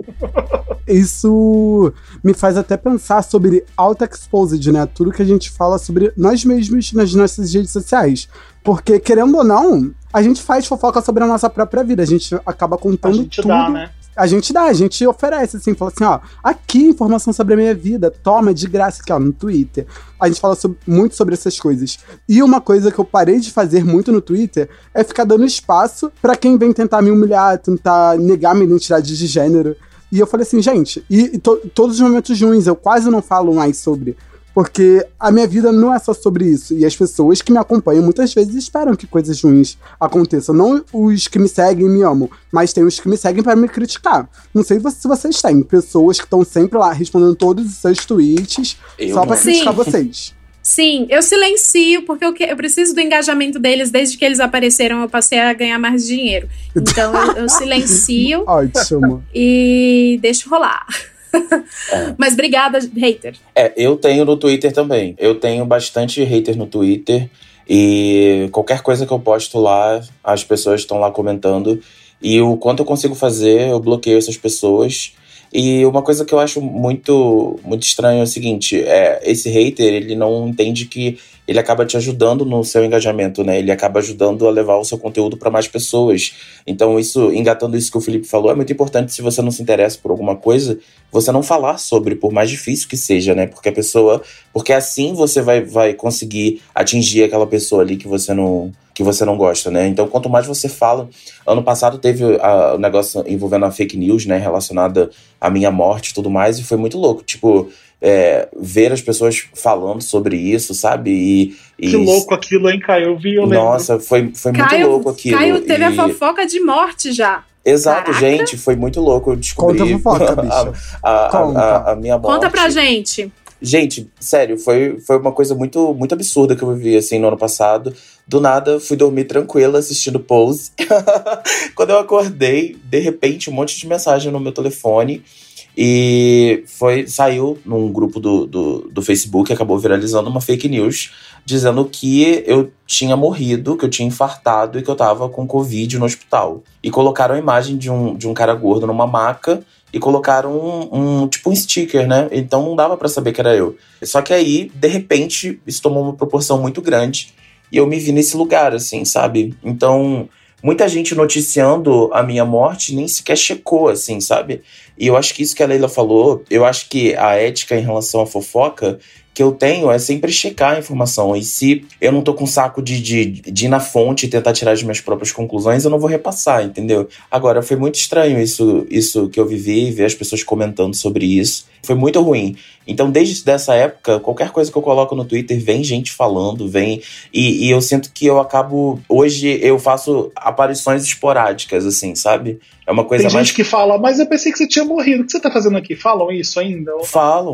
Isso me faz até pensar sobre auto-exposed, né? Tudo que a gente fala sobre nós mesmos nas nossas redes sociais. Porque, querendo ou não, a gente faz fofoca sobre a nossa própria vida. A gente acaba contando tudo. A gente oferece, assim, fala assim, ó, aqui informação sobre a minha vida, toma, de graça aqui, ó, no Twitter. A gente fala muito sobre essas coisas. E uma coisa que eu parei de fazer muito no Twitter é ficar dando espaço pra quem vem tentar me humilhar, tentar negar minha identidade de gênero. E eu falei assim, gente, todos os momentos ruins eu quase não falo mais sobre. Porque a minha vida não é só sobre isso. E as pessoas que me acompanham muitas vezes esperam que coisas ruins aconteçam. Não os que me seguem e me amam, mas tem os que me seguem para me criticar. Não sei se vocês têm pessoas que estão sempre lá respondendo todos os seus tweets só para criticar vocês. Sim, eu silencio porque eu preciso do engajamento deles. Desde que eles apareceram, eu passei a ganhar mais dinheiro. Então eu silencio. Ótimo. E deixo rolar. Mas obrigada, hater. Eu tenho no Twitter também. Eu tenho bastante hater no Twitter. E qualquer coisa que eu posto lá, as pessoas estão lá comentando. E o quanto eu consigo fazer, eu bloqueio essas pessoas. E uma coisa que eu acho muito, muito estranho é o seguinte: esse hater, ele não entende que ele acaba te ajudando no seu engajamento, né? Ele acaba ajudando a levar o seu conteúdo para mais pessoas. Então, engatando isso que o Felipe falou, é muito importante, se você não se interessa por alguma coisa, você não falar sobre, por mais difícil que seja, né? Porque assim você vai conseguir atingir aquela pessoa ali que você não gosta, né? Então, quanto mais você fala... Ano passado teve o negócio envolvendo a fake news, né? Relacionada à minha morte e tudo mais, e foi muito louco. Tipo, ver as pessoas falando sobre isso, sabe? Que louco aquilo, hein, Caio? Eu lembro. Nossa, foi muito louco aquilo. Caio teve a fofoca de morte já. Exato, Caraca. Gente, foi muito louco. Eu descobri Conta a fofoca, bicha. a minha morte. Conta pra gente. Gente, sério, foi uma coisa muito, muito absurda que eu vivi, assim, no ano passado. Do nada, fui dormir tranquila, assistindo Pose. Quando eu acordei, de repente, um monte de mensagem no meu telefone. E saiu num grupo do Facebook, acabou viralizando uma fake news, dizendo que eu tinha morrido, que eu tinha infartado e que eu tava com Covid no hospital. E colocaram a imagem de um cara gordo numa maca e colocaram tipo um sticker, né? Então não dava pra saber que era eu. Só que aí, de repente, isso tomou uma proporção muito grande e eu me vi nesse lugar, assim, sabe? Então, muita gente noticiando a minha morte nem sequer checou, assim, sabe? E eu acho que isso que a Leila falou, eu acho que a ética em relação à fofoca que eu tenho é sempre checar a informação. E se eu não tô com saco de ir na fonte e tentar tirar as minhas próprias conclusões, eu não vou repassar, entendeu? Agora, foi muito estranho isso que eu vivi, ver as pessoas comentando sobre isso. Foi muito ruim. Então, desde essa época, qualquer coisa que eu coloco no Twitter, vem gente falando, vem... E eu sinto que eu acabo... Hoje, eu faço aparições esporádicas, assim, sabe? É uma coisa Tem gente que fala, mas eu pensei que você tinha morrido. O que você tá fazendo aqui? Falam isso ainda? Falam.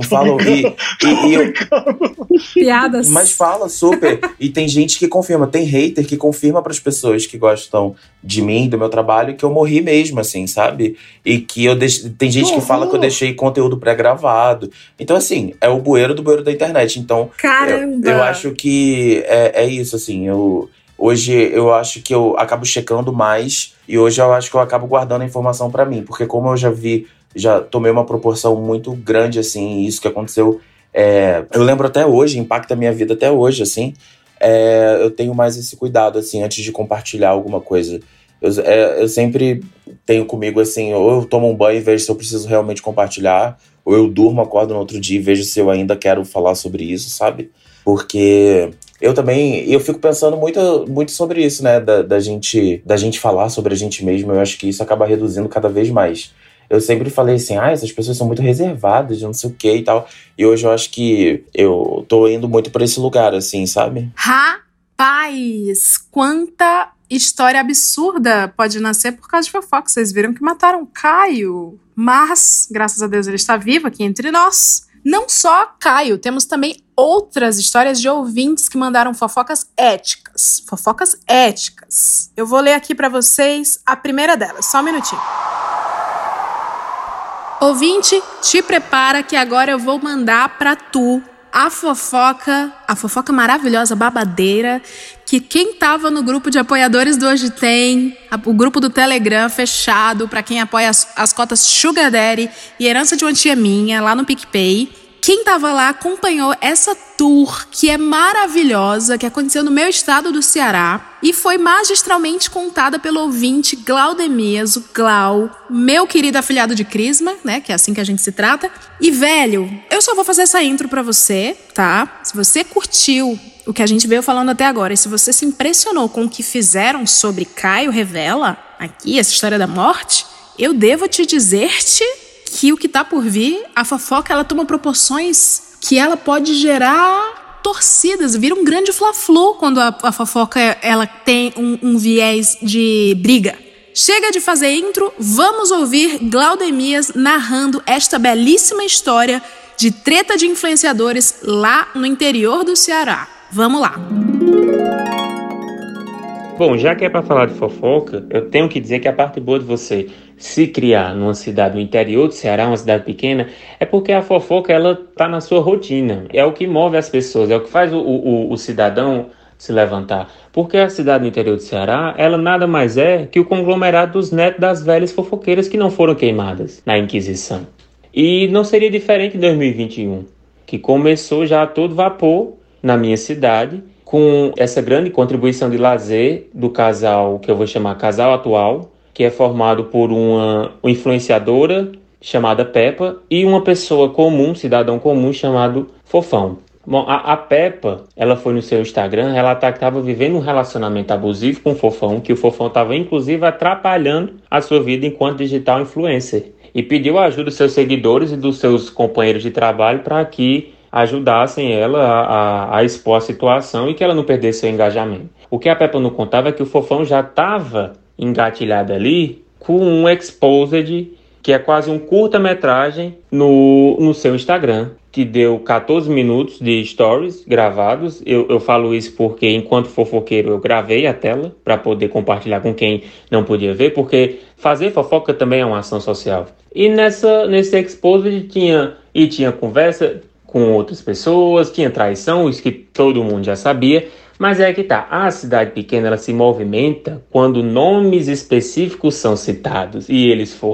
Piadas. Mas fala super. E tem gente que confirma. Tem hater que confirma pras pessoas que gostam de mim, do meu trabalho, que eu morri mesmo, assim, sabe? E que tem gente que fala que eu deixei conteúdo pré-gravado. Então, assim, é o bueiro do bueiro da internet. Então, caramba! Eu acho que é isso, assim. Hoje eu acho que eu acabo checando mais e hoje eu acho que eu acabo guardando a informação pra mim. Porque como eu já tomei uma proporção muito grande, assim, isso que aconteceu... eu lembro até hoje, impacta a minha vida até hoje, assim. Eu tenho mais esse cuidado, assim, antes de compartilhar alguma coisa. Eu sempre tenho comigo, assim, ou eu tomo um banho e vejo se eu preciso realmente compartilhar, ou eu durmo, acordo no outro dia e vejo se eu ainda quero falar sobre isso, sabe? Porque eu fico pensando muito sobre isso, né? Da gente falar sobre a gente mesmo. Eu acho que isso acaba reduzindo cada vez mais. Eu sempre falei assim, essas pessoas são muito reservadas, não sei o que e tal. E hoje eu acho que eu tô indo muito pra esse lugar, assim, sabe? Rapaz, quanta história absurda pode nascer por causa de fofoca. Vocês viram que mataram Caio. Mas, graças a Deus, ele está vivo aqui entre nós. Não só Caio, temos também outras histórias de ouvintes que mandaram fofocas éticas. Fofocas éticas. Eu vou ler aqui pra vocês a primeira delas, só um minutinho. Ouvinte, te prepara que agora eu vou mandar pra tu a fofoca maravilhosa, babadeira, que quem tava no grupo de apoiadores do Hoje Tem, o grupo do Telegram fechado pra quem apoia as cotas Sugar Daddy e Herança de uma Tia Minha, lá no PicPay, quem tava lá acompanhou essa tour que é maravilhosa, que aconteceu no meu estado do Ceará e foi magistralmente contada pelo ouvinte Glaudemias, o Glau, meu querido afilhado de Crisma, né, que é assim que a gente se trata. E, velho, eu só vou fazer essa intro pra você, tá? Se você curtiu o que a gente veio falando até agora e se você se impressionou com o que fizeram sobre Caio Revela, aqui, essa história da morte, eu devo te dizer-te que o que tá por vir, a fofoca, ela toma proporções que ela pode gerar torcidas, vira um grande fla-flu quando a fofoca, ela tem um viés de briga. Chega de fazer intro, vamos ouvir Glaudemias narrando esta belíssima história de treta de influenciadores lá no interior do Ceará. Vamos lá. Bom, já que é para falar de fofoca, eu tenho que dizer que a parte boa de você se criar numa cidade no interior do Ceará, uma cidade pequena, é porque a fofoca, ela tá na sua rotina. É o que move as pessoas, é o que faz o cidadão se levantar. Porque a cidade no interior do Ceará, ela nada mais é que o conglomerado dos netos das velhas fofoqueiras que não foram queimadas na Inquisição. E não seria diferente em 2021, que começou já a todo vapor na minha cidade, com essa grande contribuição de lazer do casal, que eu vou chamar casal atual, que é formado por uma influenciadora chamada Peppa e uma pessoa comum, cidadão comum, chamado Fofão. Bom, a Peppa, ela foi no seu Instagram relatar que estava vivendo um relacionamento abusivo com o Fofão, que o Fofão estava inclusive atrapalhando a sua vida enquanto digital influencer. E pediu a ajuda dos seus seguidores e dos seus companheiros de trabalho para que ajudassem ela a expor a situação e que ela não perdesse seu engajamento. O que a Peppa não contava é que o Fofão já estava engatilhado ali com um exposed, que é quase um curta-metragem no seu Instagram, que deu 14 minutos de stories gravados. Eu falo isso porque, enquanto fofoqueiro, eu gravei a tela para poder compartilhar com quem não podia ver, porque fazer fofoca também é uma ação social. E nesse exposed tinha conversa com outras pessoas, tinha traição, isso que todo mundo já sabia, mas é que tá, a cidade pequena, ela se movimenta quando nomes específicos são citados, e eles foram.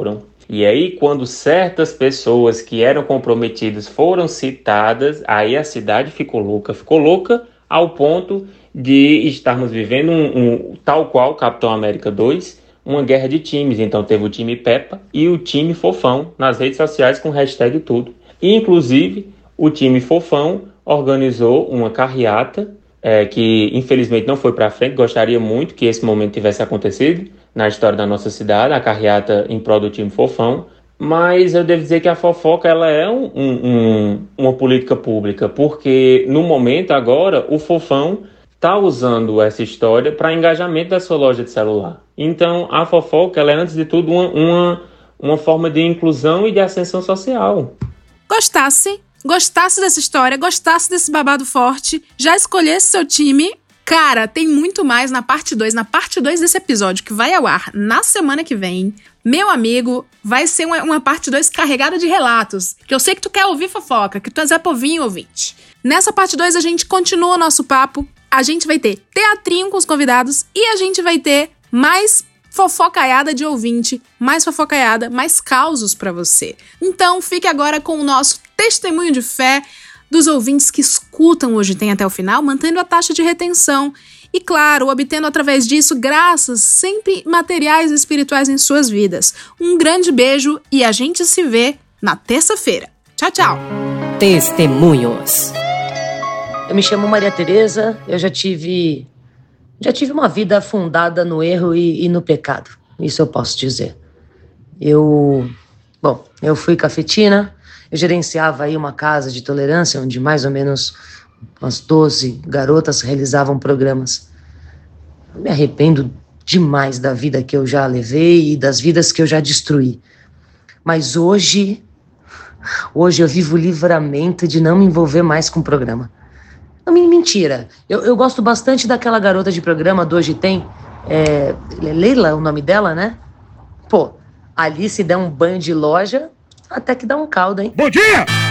E aí, quando certas pessoas que eram comprometidas foram citadas, aí a cidade ficou louca ao ponto de estarmos vivendo tal qual Capitão América 2, uma guerra de times. Então teve o time Peppa e o time Fofão nas redes sociais com hashtag tudo. E, inclusive, o time Fofão organizou uma carreata que infelizmente não foi para frente. Gostaria muito que esse momento tivesse acontecido na história da nossa cidade, a carreata em prol do time Fofão. Mas eu devo dizer que a fofoca ela é uma política pública, porque no momento agora o Fofão está usando essa história para engajamento da sua loja de celular. Então a fofoca ela é antes de tudo uma forma de inclusão e de ascensão social. Gostasse dessa história, gostasse desse babado forte, já escolhesse seu time, cara, tem muito mais na parte 2. Na parte 2 desse episódio, que vai ao ar na semana que vem, meu amigo, vai ser uma parte 2 carregada de relatos, que eu sei que tu quer ouvir fofoca, que tu é Zé Povinho ouvinte. Nessa parte 2 a gente continua o nosso papo, a gente vai ter teatrinho com os convidados e a gente vai ter mais fofocaiada de ouvinte, mais fofocaiada, mais causos pra você. Então fique agora com o nosso testemunho de fé dos ouvintes que escutam Hoje Tem até o final, mantendo a taxa de retenção e, claro, obtendo através disso graças sempre materiais e espirituais em suas vidas. Um grande beijo e a gente se vê na terça-feira. Tchau, tchau! Testemunhos. Eu me chamo Maria Tereza, eu já tive uma vida fundada no erro e no pecado. Isso eu posso dizer. Eu fui cafetina, eu gerenciava aí uma casa de tolerância onde mais ou menos umas 12 garotas realizavam programas. Eu me arrependo demais da vida que eu já levei e das vidas que eu já destruí. Mas hoje eu vivo o livramento de não me envolver mais com programa. Não, mentira. Eu gosto bastante daquela garota de programa do Hoje Tem. Leila, o nome dela, né? Pô, ali se der um banho de loja, até que dá um caldo, hein? Bom dia!